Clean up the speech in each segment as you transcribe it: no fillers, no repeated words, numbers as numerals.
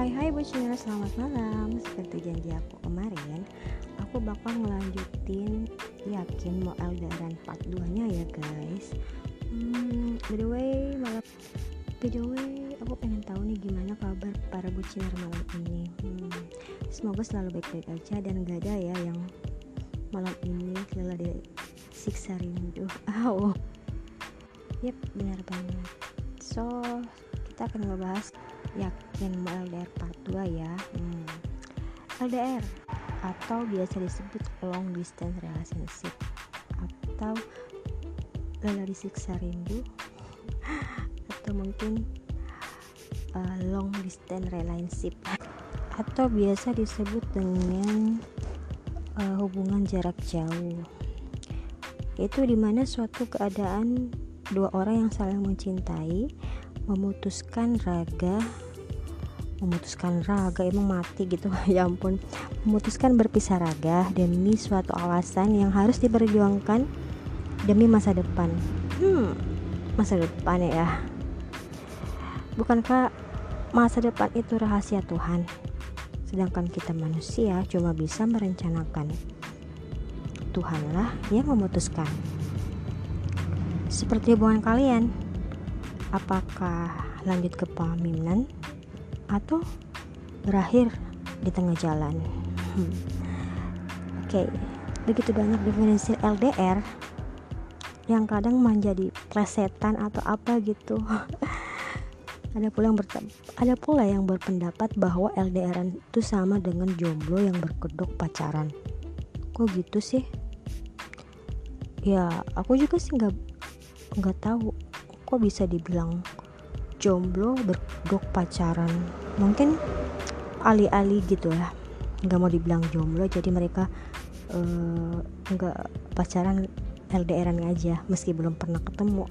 Hai Buciner, selamat malam. Seperti janji aku kemarin, aku bakal ngelanjutin Yakin mau LDRan part 2 nya ya guys. By the way, aku pengen tahu nih gimana kabar para Buciner malam ini. Semoga selalu baik-baik aja dan gak ada ya yang malam ini keleleh siksa rindu. Yep, benar banget. So, kita akan ngebahas Yakin mau LDR part 2 ya. LDR atau biasa disebut long distance relationship atau lelari siksa rindu atau mungkin long distance relationship atau biasa disebut dengan hubungan jarak jauh, yaitu dimana suatu keadaan dua orang yang saling mencintai memutuskan emang mati gitu ya ampun, memutuskan berpisah raga demi suatu alasan yang harus diperjuangkan demi masa depan. Masa depan ya, bukankah masa depan itu rahasia Tuhan, sedangkan kita manusia cuma bisa merencanakan. Tuhanlah yang memutuskan. Seperti hubungan kalian, apakah lanjut ke pelaminan atau berakhir di tengah jalan? Oke, begitu banyak definisi LDR yang kadang menjadi plesetan atau apa gitu. Ada pula yang berpendapat bahwa LDRan itu sama dengan jomblo yang berkedok pacaran. Kok gitu sih? Ya, aku juga sih nggak tahu kok bisa dibilang jomblo berkedok pacaran. Mungkin alih-alih gitu ya, nggak mau dibilang jomblo jadi mereka nggak pacaran, LDRan aja meski belum pernah ketemu.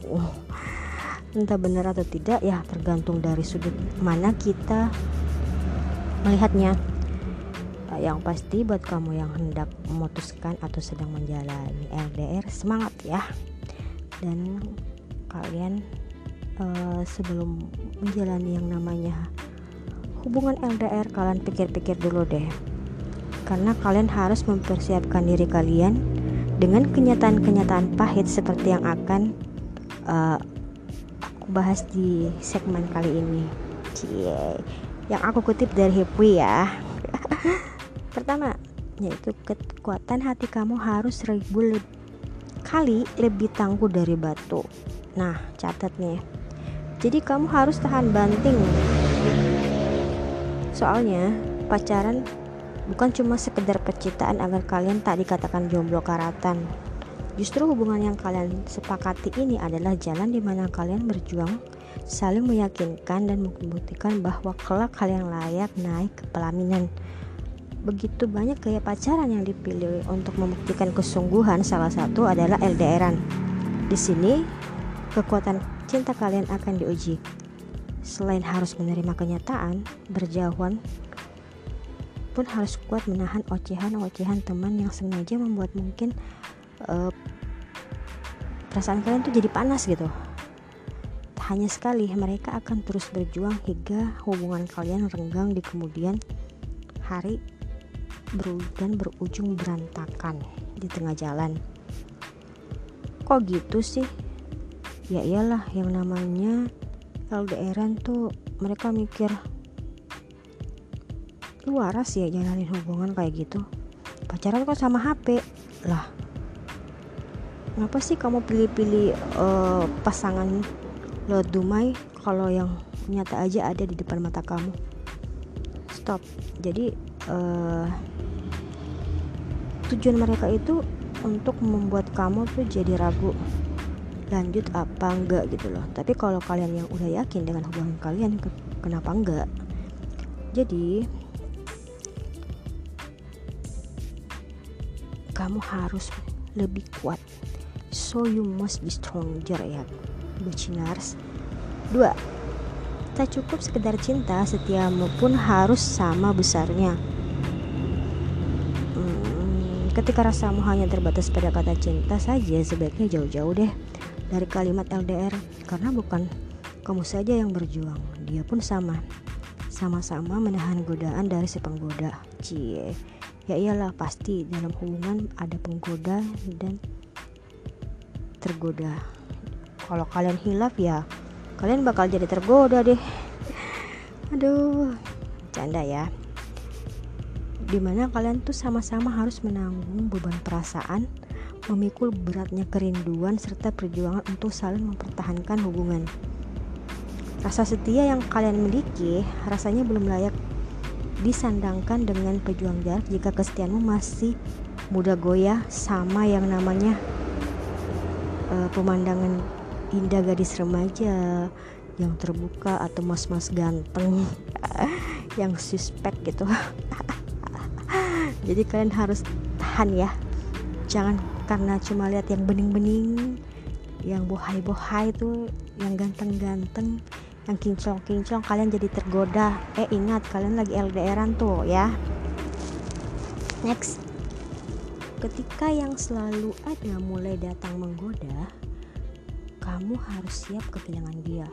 Entah benar atau tidak ya, tergantung dari sudut mana kita melihatnya. Yang pasti buat kamu yang hendak memutuskan atau sedang menjalani LDR, semangat ya. Dan kalian sebelum menjalani yang namanya hubungan LDR, kalian pikir-pikir dulu deh, karena kalian harus mempersiapkan diri kalian dengan kenyataan-kenyataan pahit seperti yang akan aku bahas di segmen kali ini. Yang aku kutip dari Hepwi ya. Pertama, yaitu kekuatan hati kamu harus 1000 kali lebih tangguh dari batu. Nah, catat nih. Jadi kamu harus tahan banting. Soalnya pacaran bukan cuma sekedar percintaan agar kalian tak dikatakan jomblo karatan. Justru hubungan yang kalian sepakati ini adalah jalan di mana kalian berjuang, saling meyakinkan dan membuktikan bahwa kelak kalian layak naik ke pelaminan. Begitu banyak gaya pacaran yang dipilih untuk membuktikan kesungguhan, salah satu adalah LDRan. Di sini kekuatan cinta kalian akan diuji. Selain harus menerima kenyataan, berjauhan pun harus kuat menahan ocehan-ocehan teman yang sengaja membuat mungkin perasaan kalian tuh jadi panas gitu. Hanya sekali mereka akan terus berjuang hingga hubungan kalian renggang di kemudian hari dan berujung berantakan di tengah jalan. Kok gitu sih? Ya iyalah, yang namanya LDRan tuh mereka mikir lu waras ya jalanin hubungan kayak gitu. Pacaran kok sama HP lah. Kenapa sih kamu pilih-pilih pasangan lo dumai kalau yang nyata aja ada di depan mata kamu? Stop. Jadi tujuan mereka itu untuk membuat kamu tuh jadi ragu lanjut apa enggak gitu loh. Tapi kalau kalian yang udah yakin dengan hubungan kalian, kenapa enggak? Jadi kamu harus lebih kuat. So you must be stronger ya, Bucinars. 2. Tak cukup sekedar cinta, setiamu pun harus sama besarnya. Ketika rasamu hanya terbatas pada kata cinta saja, sebaiknya jauh-jauh deh dari kalimat LDR, karena bukan kamu saja yang berjuang, dia pun sama. sama-sama menahan godaan dari si penggoda. Cie, ya iyalah, pasti dalam hubungan ada penggoda dan tergoda. Kalau kalian hilaf ya kalian bakal jadi tergoda deh. Aduh, canda ya. Dimana kalian tuh sama-sama harus menanggung beban perasaan, memikul beratnya kerinduan, serta perjuangan untuk saling mempertahankan hubungan. Rasa setia yang kalian miliki rasanya belum layak disandangkan dengan pejuang jarak jika kesetiaanmu masih mudah goyah sama yang namanya pemandangan indah gadis remaja yang terbuka atau mas-mas ganteng yang suspek gitu. Jadi kalian harus tahan ya, jangan karena cuma lihat yang bening-bening, yang bohai-bohai tuh, yang ganteng-ganteng, yang kinclong-kinclong kalian jadi tergoda. Ingat kalian lagi LDRan tuh ya. Next, ketika yang selalu ada mulai datang menggoda, kamu harus siap kehilangan dia.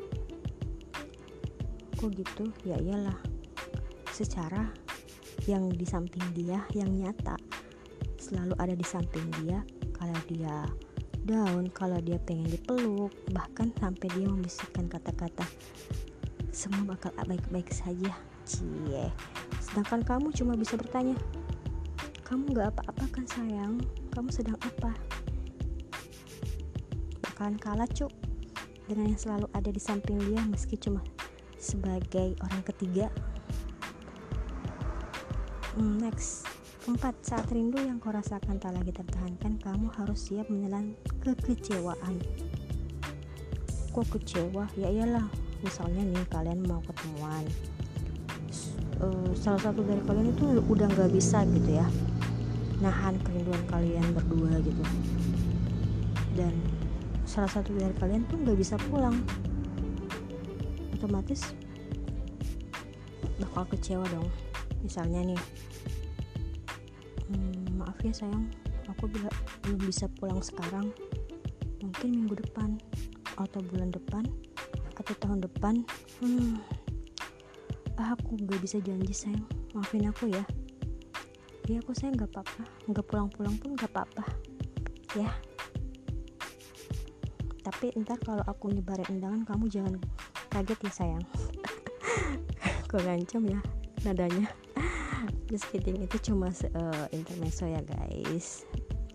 Kok gitu? Ya iyalah, secara yang di samping dia, yang nyata selalu ada di samping dia. Kalau dia down, kalau dia pengen dipeluk, bahkan sampai dia membisikkan kata-kata semua bakal baik-baik saja. Cie. Sedangkan kamu cuma bisa bertanya, kamu gak apa-apa kan sayang? Kamu sedang apa? Bakalan kalah cuk dengan yang selalu ada di samping dia, meski cuma sebagai orang ketiga. Next, keempat, saat rindu yang kau rasakan tak lagi tertahankan, kamu harus siap menelan kekecewaan. Kok kecewa? Ya iyalah, misalnya nih kalian mau ketemuan, salah satu dari kalian itu udah gak bisa gitu ya nahan kerinduan kalian berdua gitu, dan salah satu dari kalian tuh gak bisa pulang, otomatis bakal kecewa dong. Misalnya nih, maaf ya sayang, aku belum bisa pulang sekarang, mungkin minggu depan atau bulan depan atau tahun depan. Aku gak bisa janji sayang, maafin aku ya. Ya aku sayang, gak apa-apa, gak pulang-pulang pun gak apa-apa ya. Tapi ntar kalau aku nyebarin undangan, kamu jangan kaget ya sayang. Gue ngancam ya nadanya. Just kidding, itu cuma intermezzo ya guys.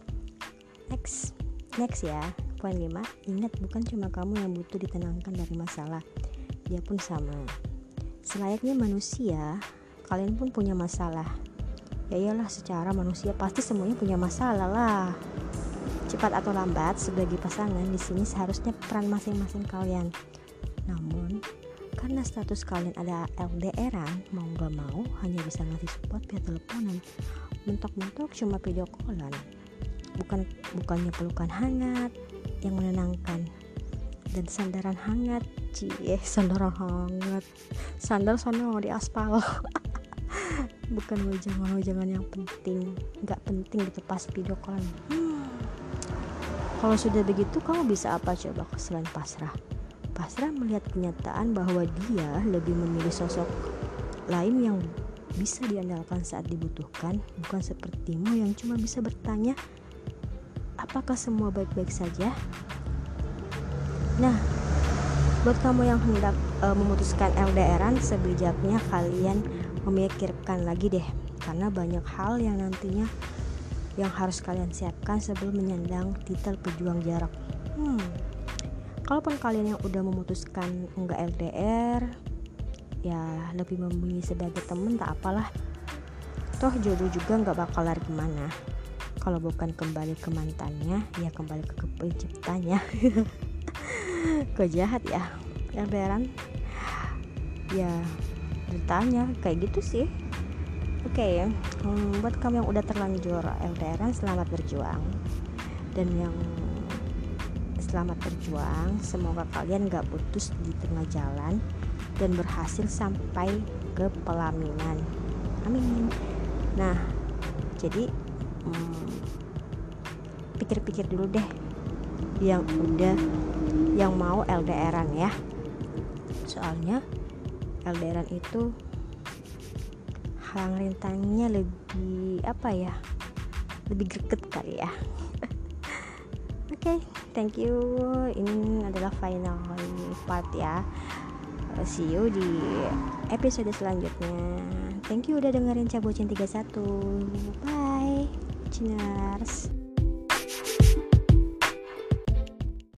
Next ya, poin 5. Ingat, bukan cuma kamu yang butuh ditenangkan dari masalah, dia pun sama. Selayaknya manusia, kalian pun punya masalah. Ya iyalah, secara manusia pasti semuanya punya masalah lah. Cepat atau lambat, sebagai pasangan di sini seharusnya peran masing-masing kalian. Namun karena status kalian ada LDRan, mau gak mau hanya bisa ngasih support via teleponan, mentok-mentok cuma video callan. Bukannya pelukan hangat yang menenangkan dan sandaran hangat. Sandaran hangat, sandal sono di aspal. Bukan wejangan yang penting, gak penting gitu pas video callan. Kalau sudah begitu, kamu bisa apa coba selain pasrah melihat kenyataan bahwa dia lebih memilih sosok lain yang bisa diandalkan saat dibutuhkan, bukan sepertimu yang cuma bisa bertanya apakah semua baik-baik saja. Nah, buat kamu yang hendak memutuskan LDRan, sebijaknya kalian memikirkan lagi deh, karena banyak hal yang nantinya yang harus kalian siapkan sebelum menyandang titel pejuang jarak. Kalaupun kalian yang udah memutuskan enggak LDR, ya lebih memilih sebagai temen, tak apalah. Toh jodoh juga enggak bakal lari kemana. Kalau bukan kembali ke mantannya, ya kembali ke penciptanya. Kok jahat ya LDRan? Ya bertanya kayak gitu sih. Oke, buat kamu yang udah terlanjur LDRan, selamat berjuang. Dan yang selamat berjuang, semoga kalian gak putus di tengah jalan dan berhasil sampai ke pelaminan. Amin. Nah, jadi pikir-pikir dulu deh yang mau LDRan ya. Soalnya LDRan itu halang rintangnya lebih lebih greget kali ya. Oke, thank you. Ini adalah final part ya. See you di episode selanjutnya. Thank you udah dengerin Cabocin 31. Bye, Ciners.